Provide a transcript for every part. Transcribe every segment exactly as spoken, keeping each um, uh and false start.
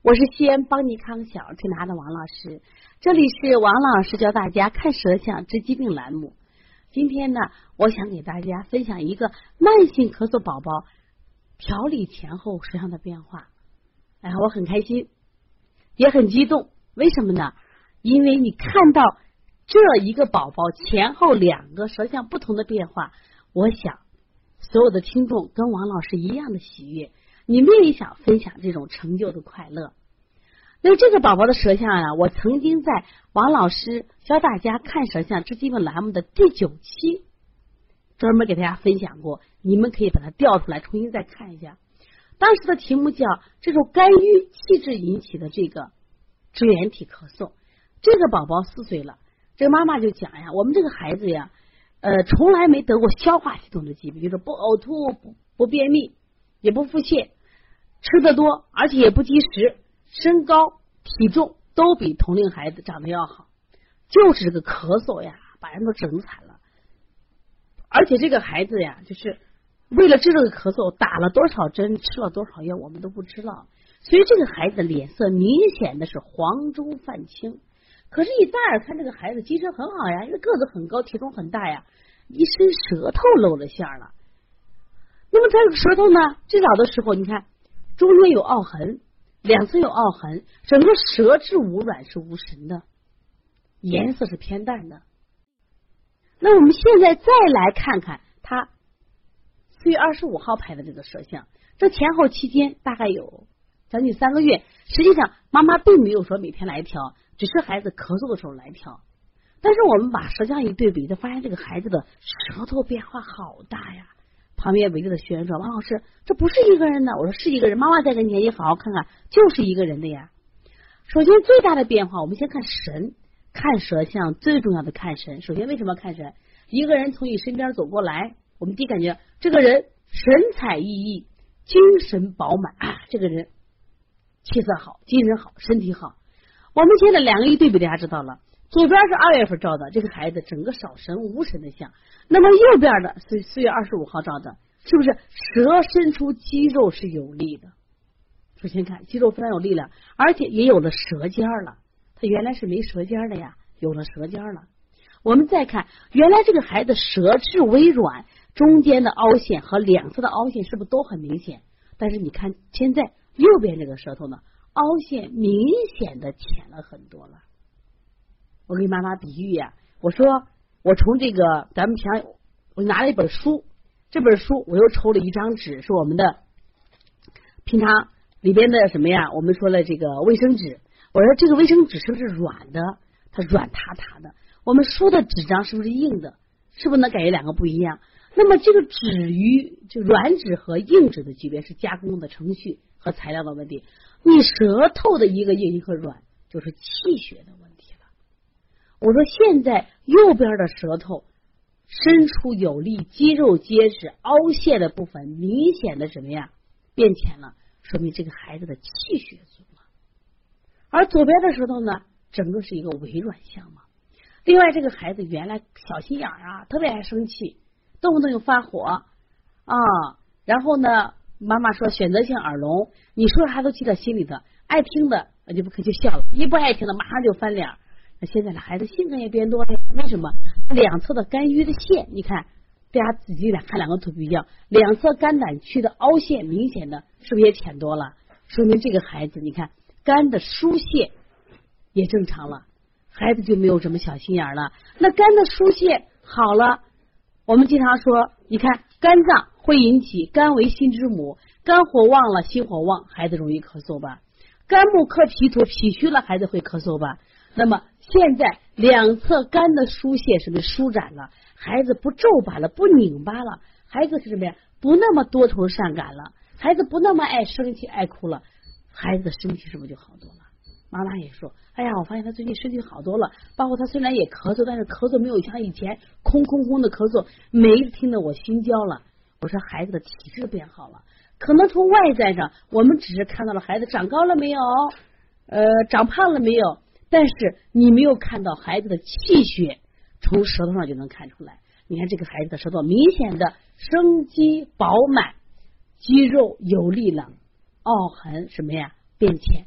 我是西安邦尼康小儿推拿的王老师，这里是王老师教大家看舌象治疾病栏目。今天呢，我想给大家分享一个慢性咳嗽宝宝调理前后舌象的变化。哎，我很开心，也很激动。为什么呢？因为你看到这一个宝宝前后两个舌象不同的变化，我想所有的听众跟王老师一样的喜悦，你们也想分享这种成就的快乐。那这个宝宝的舌象啊，我曾经在王老师教大家看舌象治疾病栏目的第九期专门给大家分享过，你们可以把它调出来重新再看一下。当时的题目叫这种肝郁气滞引起的这个支原体咳嗽。这个宝宝四岁了，这个妈妈就讲呀，我们这个孩子呀，呃，从来没得过消化系统的疾病，就是不呕吐、不不便秘，也不腹泻，吃得多，而且也不积食，身高体重都比同龄孩子长得要好，就是这个咳嗽呀，把人都整惨了。而且这个孩子呀，就是为了治这个咳嗽，打了多少针，吃了多少药，我们都不知道。所以这个孩子的脸色明显的是黄中泛青。可是，一乍眼看这个孩子精神很好呀，因为个子很高，体重很大呀，一身舌头露了馅了。那么他这个舌头呢，最早的时候，你看中间有凹痕，两侧有凹痕，整个舌质无软是无神的，颜色是偏淡的。那我们现在再来看看他四月二十五号拍的这个舌象，这前后期间大概有将近三个月，实际上妈妈并没有说每天来调，只是孩子咳嗽的时候来调。但是我们把舌象一对比，就发现这个孩子的舌头变化好大呀。旁边围着的学员说，王老师，这不是一个人的。我说是一个人，妈妈在跟前，你好好看看，就是一个人的呀。首先最大的变化，我们先看神，看舌象最重要的看神。首先为什么看神？一个人从你身边走过来，我们第一感觉这个人神采奕奕，精神饱满啊，这个人气色好，精神好，身体好。我们现在两个一对比，大家知道了，左边是二月份照的，这个孩子整个少神无神的象，那么右边的是四月二十五号照的，是不是舌伸出肌肉是有力的？首先看肌肉非常有力量，而且也有了舌尖了，他原来是没舌尖的呀，有了舌尖了。我们再看，原来这个孩子舌质微软，中间的凹陷和两侧的凹陷是不是都很明显？但是你看现在右边这个舌头呢，凹陷明显的浅了很多了。我给妈妈比喻呀、啊，我说我从这个咱们平常我拿了一本书，这本书我又抽了一张纸，是我们的平常里边的什么呀？我们说了这个卫生纸，我说这个卫生纸是不是软的？它软塌塌的。我们书的纸张是不是硬的？是不是能感觉两个不一样？那么这个纸与就软纸和硬纸的区别是加工的程序和材料的问题。你舌头的一个硬一个软，就是气血的问题了。我说现在右边的舌头伸出有力，肌肉结实，凹陷的部分明显的什么呀？变浅了，说明这个孩子的气血足了。而左边的舌头呢，整个是一个微软象嘛。另外这个孩子原来小心眼啊，特别爱生气，动不动就发火啊。然后呢，妈妈说选择性耳聋，你说他都记在心里的，爱听的就不可就笑了，一不爱听的马上就翻脸。那现在的孩子性格也变多了，为什么？两侧的肝郁的线，你看大家仔细来看两个图不一样，两侧肝胆区的凹陷明显的是不是也浅多了？说明这个孩子你看肝的疏泄也正常了，孩子就没有这么小心眼了。那肝的疏泄好了，我们经常说，你看肝脏会引起肝为心之母，肝火旺了，心火旺，孩子容易咳嗽吧？肝木克脾土，脾虚了，孩子会咳嗽吧？那么现在两侧肝的疏泄是不是舒展了？孩子不皱巴了，不拧巴了，孩子是什么呀？不那么多愁善感了，孩子不那么爱生气爱哭了，孩子的身体是不是就好多了？妈妈也说，哎呀，我发现他最近身体好多了，包括他虽然也咳嗽，但是咳嗽没有像以前空空空的咳嗽，每一次听得我心焦了。我说孩子的体质变好了，可能从外在上我们只是看到了孩子长高了没有，呃，长胖了没有，但是你没有看到孩子的气血，从舌头上就能看出来。你看这个孩子的舌头明显的生机饱满，肌肉有力了，凹痕什么呀变浅，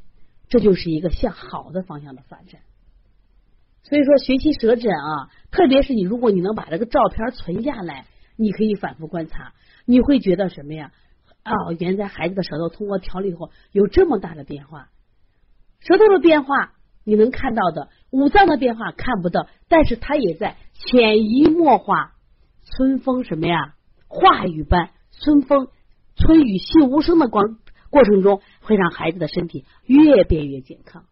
这就是一个向好的方向的发展。所以说学习舌诊啊，特别是你如果你能把这个照片存下来，你可以反复观察，你会觉得什么呀？哦，原来孩子的舌头通过调理后有这么大的变化。舌头的变化你能看到的，五脏的变化看不到，但是它也在潜移默化，春风什么呀？化雨般，春风春雨细无声的光过程中，会让孩子的身体越变越健康。